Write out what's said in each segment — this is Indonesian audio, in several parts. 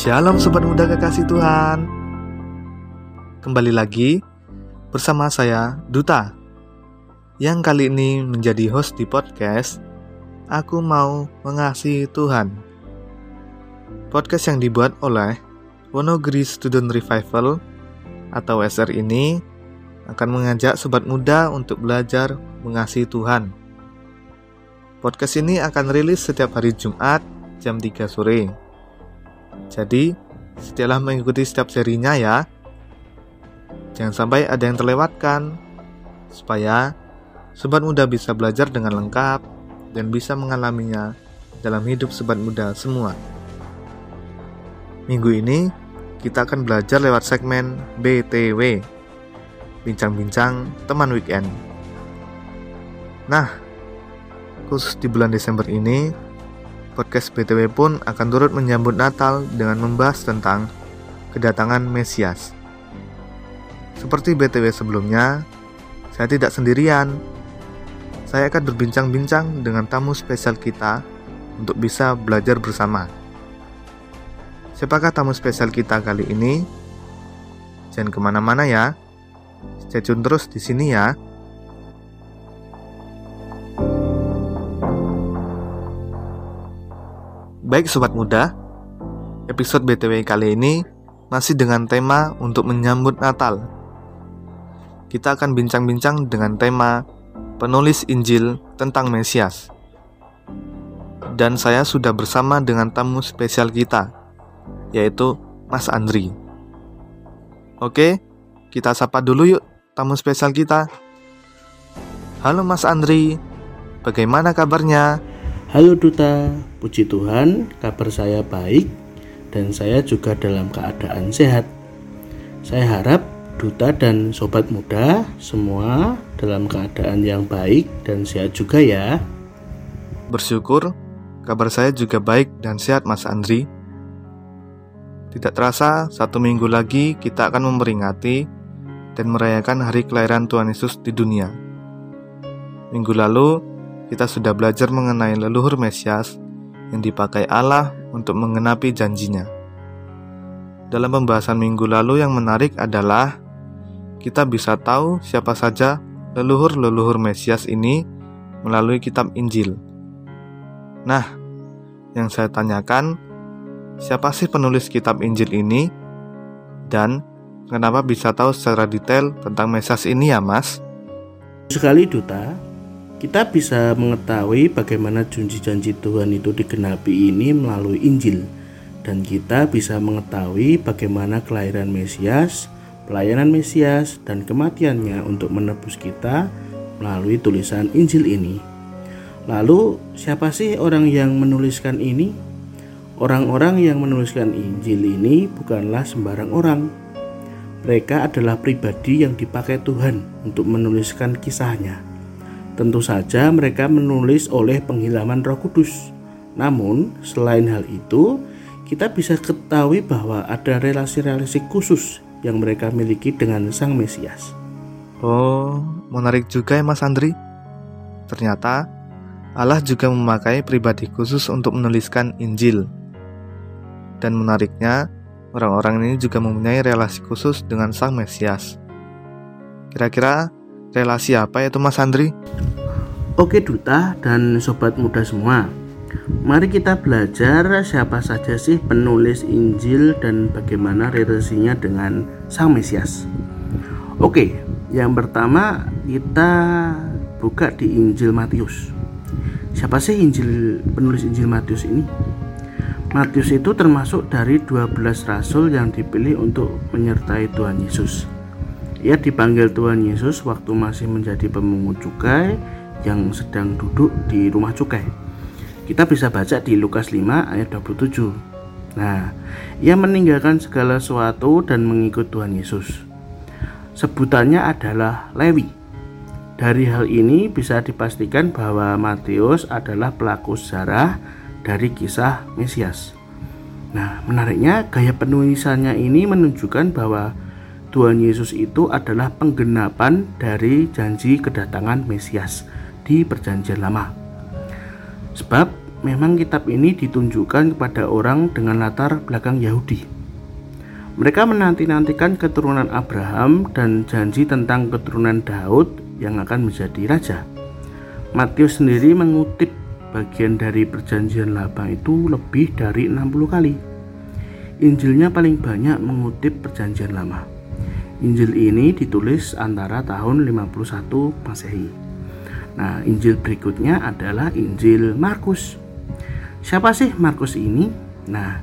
Shalom Sobat Muda Kekasih Tuhan. Kembali lagi bersama saya Duta, yang kali ini menjadi host di podcast Aku Mau Mengasihi Tuhan. Podcast yang dibuat oleh Wonogiri Student Revival atau SR ini akan mengajak Sobat Muda untuk belajar mengasihi Tuhan. Podcast ini akan rilis setiap hari Jumat jam 3 sore. Jadi, setialah mengikuti setiap serinya ya. Jangan sampai ada yang terlewatkan, supaya Sobat Muda bisa belajar dengan lengkap dan bisa mengalaminya dalam hidup Sobat Muda semua. Minggu ini, kita akan belajar lewat segmen BTW, Bincang-Bincang Teman Weekend. Nah, khusus di bulan Desember ini, podcast BTW pun akan turut menyambut Natal dengan membahas tentang kedatangan Mesias. Seperti BTW sebelumnya, saya tidak sendirian. Saya akan berbincang-bincang dengan tamu spesial kita untuk bisa belajar bersama. Siapakah tamu spesial kita kali ini? Jangan kemana-mana ya. Stay tune terus di sini ya. Baik Sobat Muda, episode BTW kali ini masih dengan tema untuk menyambut Natal. Kita akan bincang-bincang dengan tema penulis Injil tentang Mesias. Dan saya sudah bersama dengan tamu spesial kita, yaitu Mas Andri. Oke, kita sapa dulu yuk tamu spesial kita. Halo Mas Andri, bagaimana kabarnya? Halo Duta, puji Tuhan, kabar saya baik dan saya juga dalam keadaan sehat. Saya harap Duta dan Sobat Muda semua dalam keadaan yang baik dan sehat juga ya. Bersyukur, kabar saya juga baik dan sehat Mas Andri. Tidak terasa, 1 minggu lagi kita akan memperingati dan merayakan hari kelahiran Tuhan Yesus di dunia. Minggu lalu, kita sudah belajar mengenai leluhur Mesias yang dipakai Allah untuk menggenapi janjinya. Dalam pembahasan minggu lalu yang menarik adalah kita bisa tahu siapa saja leluhur-leluhur Mesias ini melalui kitab Injil. Nah, yang saya tanyakan, siapa sih penulis kitab Injil ini? Dan kenapa bisa tahu secara detail tentang Mesias ini ya Mas? Sekali Duta, kita bisa mengetahui bagaimana janji-janji Tuhan itu digenapi ini melalui Injil. Dan kita bisa mengetahui bagaimana kelahiran Mesias, pelayanan Mesias, dan kematiannya untuk menebus kita melalui tulisan Injil ini. Lalu, siapa sih orang yang menuliskan ini? Orang-orang yang menuliskan Injil ini bukanlah sembarang orang. Mereka adalah pribadi yang dipakai Tuhan untuk menuliskan kisahnya. Tentu saja mereka menulis oleh pengilhaman Roh Kudus. Namun, selain hal itu, kita bisa ketahui bahwa ada relasi-relasi khusus yang mereka miliki dengan Sang Mesias. Oh, menarik juga ya Mas Andri. Ternyata, Allah juga memakai pribadi khusus untuk menuliskan Injil. Dan menariknya, orang-orang ini juga mempunyai relasi khusus dengan Sang Mesias. Kira-kira relasi apa itu Mas Andri? Oke Duta dan Sobat Muda semua, mari kita belajar siapa saja sih penulis Injil dan bagaimana relasinya dengan Sang Mesias. Oke, yang pertama kita buka di Injil Matius. Siapa sih penulis Injil Matius ini? Matius itu termasuk dari 12 rasul yang dipilih untuk menyertai Tuhan Yesus. Ia dipanggil Tuhan Yesus waktu masih menjadi pemungut cukai yang sedang duduk di rumah cukai. Kita bisa baca di Lukas 5 ayat 27. Nah, ia meninggalkan segala sesuatu dan mengikut Tuhan Yesus. Sebutannya adalah Lewi. Dari hal ini bisa dipastikan bahwa Matius adalah pelaku sejarah dari kisah Mesias. Nah, menariknya gaya penulisannya ini menunjukkan bahwa Tuhan Yesus itu adalah penggenapan dari janji kedatangan Mesias di Perjanjian Lama. Sebab memang kitab ini ditunjukkan kepada orang dengan latar belakang Yahudi. Mereka menanti-nantikan keturunan Abraham dan janji tentang keturunan Daud yang akan menjadi raja. Matius sendiri mengutip bagian dari perjanjian lama itu lebih dari 60 kali. Injilnya paling banyak mengutip perjanjian lama. Injil ini ditulis antara tahun 51 Masehi. Nah, Injil berikutnya adalah Injil Markus. Siapa sih Markus ini? Nah,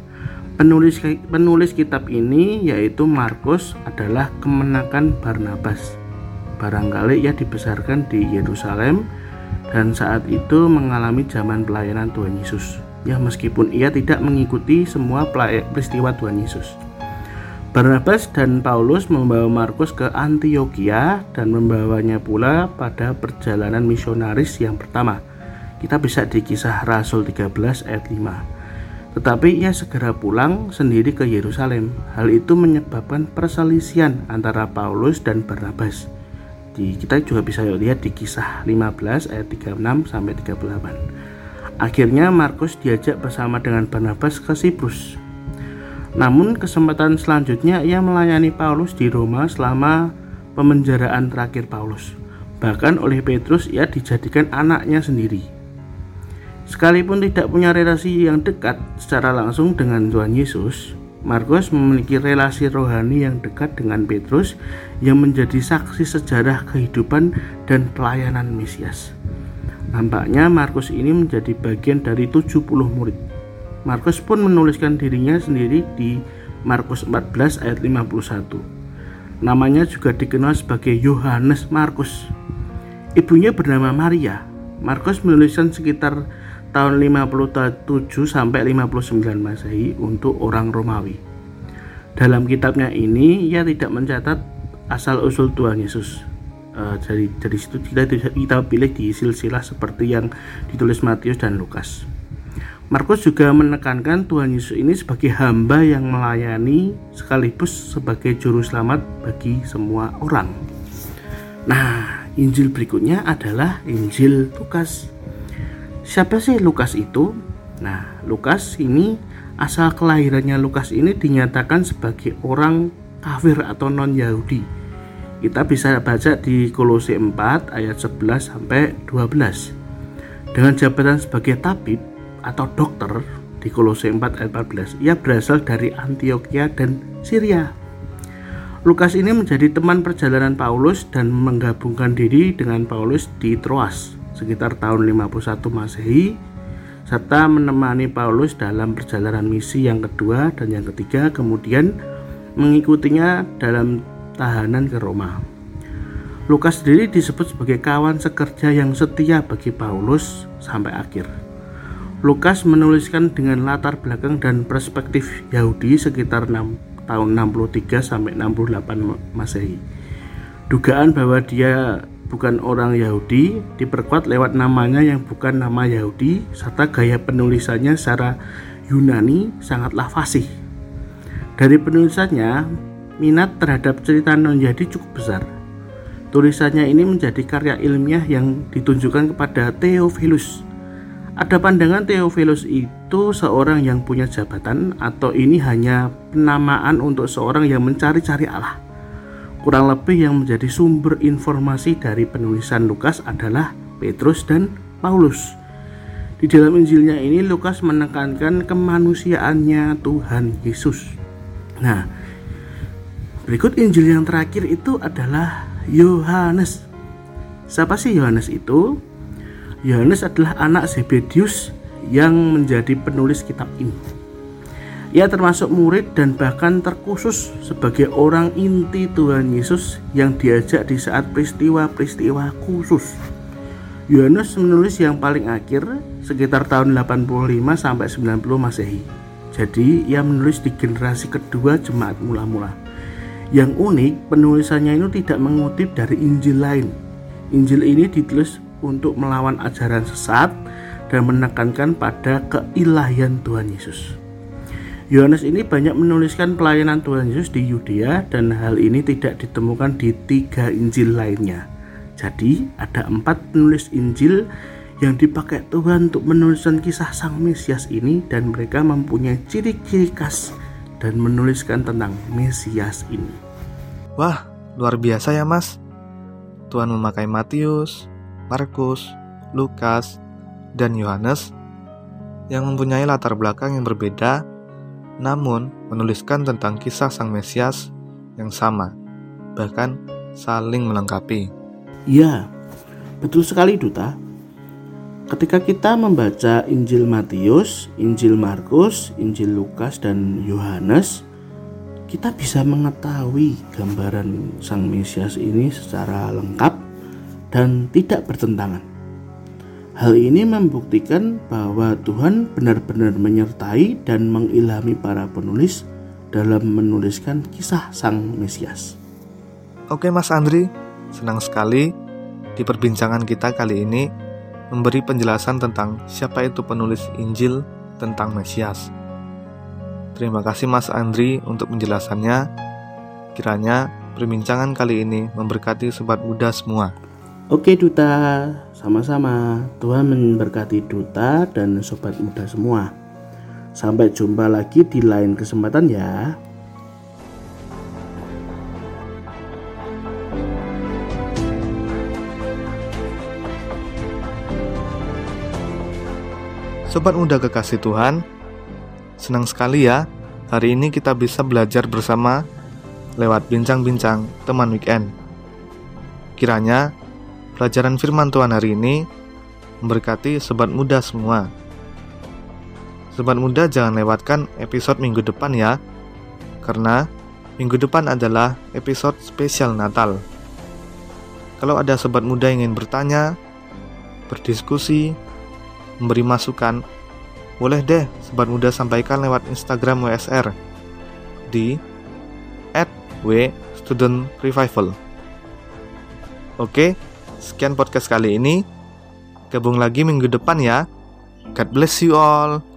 penulis kitab ini yaitu Markus adalah kemenakan Barnabas. Barangkali ia dibesarkan di Yerusalem dan saat itu mengalami zaman pelayanan Tuhan Yesus. Ya, meskipun ia tidak mengikuti semua peristiwa Tuhan Yesus. Barnabas dan Paulus membawa Markus ke Antiokhia dan membawanya pula pada perjalanan misionaris yang pertama. Kita bisa di Kisah Rasul 13 ayat 5. Tetapi ia segera pulang sendiri ke Yerusalem. Hal itu menyebabkan perselisihan antara Paulus dan Barnabas. Kita juga bisa lihat di Kisah 15 ayat 36 sampai 38. Akhirnya Markus diajak bersama dengan Barnabas ke Siprus. Namun kesempatan selanjutnya ia melayani Paulus di Roma selama pemenjaraan terakhir Paulus. Bahkan oleh Petrus ia dijadikan anaknya sendiri. Sekalipun tidak punya relasi yang dekat secara langsung dengan Tuhan Yesus, Markus memiliki relasi rohani yang dekat dengan Petrus yang menjadi saksi sejarah kehidupan dan pelayanan Mesias. Nampaknya Markus ini menjadi bagian dari 70 murid. Markus pun menuliskan dirinya sendiri di Markus 14 ayat 51. Namanya juga dikenal sebagai Yohanes Markus. Ibunya bernama Maria. Markus menuliskan sekitar tahun 57 sampai 59 Masehi untuk orang Romawi. Dalam kitabnya ini ia tidak mencatat asal-usul Tuhan Yesus. Dari situ kita pilih di silsilah seperti yang ditulis Matius dan Lukas. Markus juga menekankan Tuhan Yesus ini sebagai hamba yang melayani sekaligus sebagai juru selamat bagi semua orang. Nah, Injil berikutnya adalah Injil Lukas. Siapa sih Lukas itu? Nah, Lukas ini asal kelahirannya Lukas ini dinyatakan sebagai orang kafir atau non-Yahudi. Kita bisa baca di Kolose 4 ayat 11 sampai 12. Dengan jabatan sebagai tabib atau dokter di Kolose 4 ayat 14, ia berasal dari Antiokhia dan Syria. Lukas ini menjadi teman perjalanan Paulus dan menggabungkan diri dengan Paulus di Troas sekitar tahun 51 Masehi, serta menemani Paulus dalam perjalanan misi yang kedua dan yang ketiga, kemudian mengikutinya dalam tahanan ke Roma. Lukas sendiri disebut sebagai kawan sekerja yang setia bagi Paulus sampai akhir. Lukas menuliskan dengan latar belakang dan perspektif Yahudi sekitar tahun 63 sampai 68 Masehi. Dugaan bahwa dia bukan orang Yahudi diperkuat lewat namanya yang bukan nama Yahudi, serta gaya penulisannya secara Yunani sangatlah fasih. Dari penulisannya, minat terhadap cerita non-Yahudi cukup besar. Tulisannya ini menjadi karya ilmiah yang ditunjukkan kepada Theophilus. Ada pandangan Theophilus itu seorang yang punya jabatan, atau ini hanya penamaan untuk seorang yang mencari-cari Allah. Kurang lebih yang menjadi sumber informasi dari penulisan Lukas adalah Petrus dan Paulus. Di dalam Injilnya ini Lukas menekankan kemanusiaannya Tuhan Yesus. Nah, berikut Injil yang terakhir itu adalah Yohanes. Siapa sih Yohanes itu? Yohanes adalah anak Zebedius yang menjadi penulis kitab ini. Ia termasuk murid dan bahkan terkhusus sebagai orang inti Tuhan Yesus yang diajak di saat peristiwa-peristiwa khusus. Yohanes menulis yang paling akhir sekitar tahun 85 sampai 90 Masehi. Jadi ia menulis di generasi kedua jemaat mula-mula. Yang unik, penulisannya itu tidak mengutip dari Injil lain. Injil ini ditulis untuk melawan ajaran sesat dan menekankan pada keilahian Tuhan Yesus. Yohanes ini banyak menuliskan pelayanan Tuhan Yesus di Yudea dan hal ini tidak ditemukan di 3 Injil lainnya. Jadi ada 4 penulis Injil yang dipakai Tuhan untuk menuliskan kisah Sang Mesias ini, dan mereka mempunyai ciri-ciri khas dan menuliskan tentang Mesias ini. Wah, luar biasa ya Mas. Tuhan memakai Matius, Markus, Lukas, dan Yohanes yang mempunyai latar belakang yang berbeda, namun menuliskan tentang kisah Sang Mesias yang sama, bahkan saling melengkapi. Ya, betul sekali Duta. Ketika kita membaca Injil Matius, Injil Markus, Injil Lukas, dan Yohanes, kita bisa mengetahui gambaran Sang Mesias ini secara lengkap dan tidak bertentangan. Hal ini membuktikan bahwa Tuhan benar-benar menyertai dan mengilhami para penulis dalam menuliskan kisah Sang Mesias. Oke Mas Andri, senang sekali di perbincangan kita kali ini memberi penjelasan tentang siapa itu penulis Injil tentang Mesias. Terima kasih Mas Andri untuk penjelasannya. Kiranya perbincangan kali ini memberkati sobat muda semua. Oke Duta, sama-sama. Tuhan memberkati Duta dan sobat muda semua. Sampai jumpa lagi di lain kesempatan ya. Sobat muda kekasih Tuhan, senang sekali ya hari ini kita bisa belajar bersama lewat bincang-bincang teman weekend. Kiranya pelajaran firman Tuhan hari ini memberkati sobat muda semua. Sobat muda jangan lewatkan episode minggu depan ya, karena minggu depan adalah episode spesial Natal. Kalau ada sobat muda yang ingin bertanya, berdiskusi, memberi masukan, boleh deh sobat muda sampaikan lewat Instagram WSR di @wstudentrevival. Oke, sekian podcast kali ini. Gabung lagi minggu depan ya. God bless you all.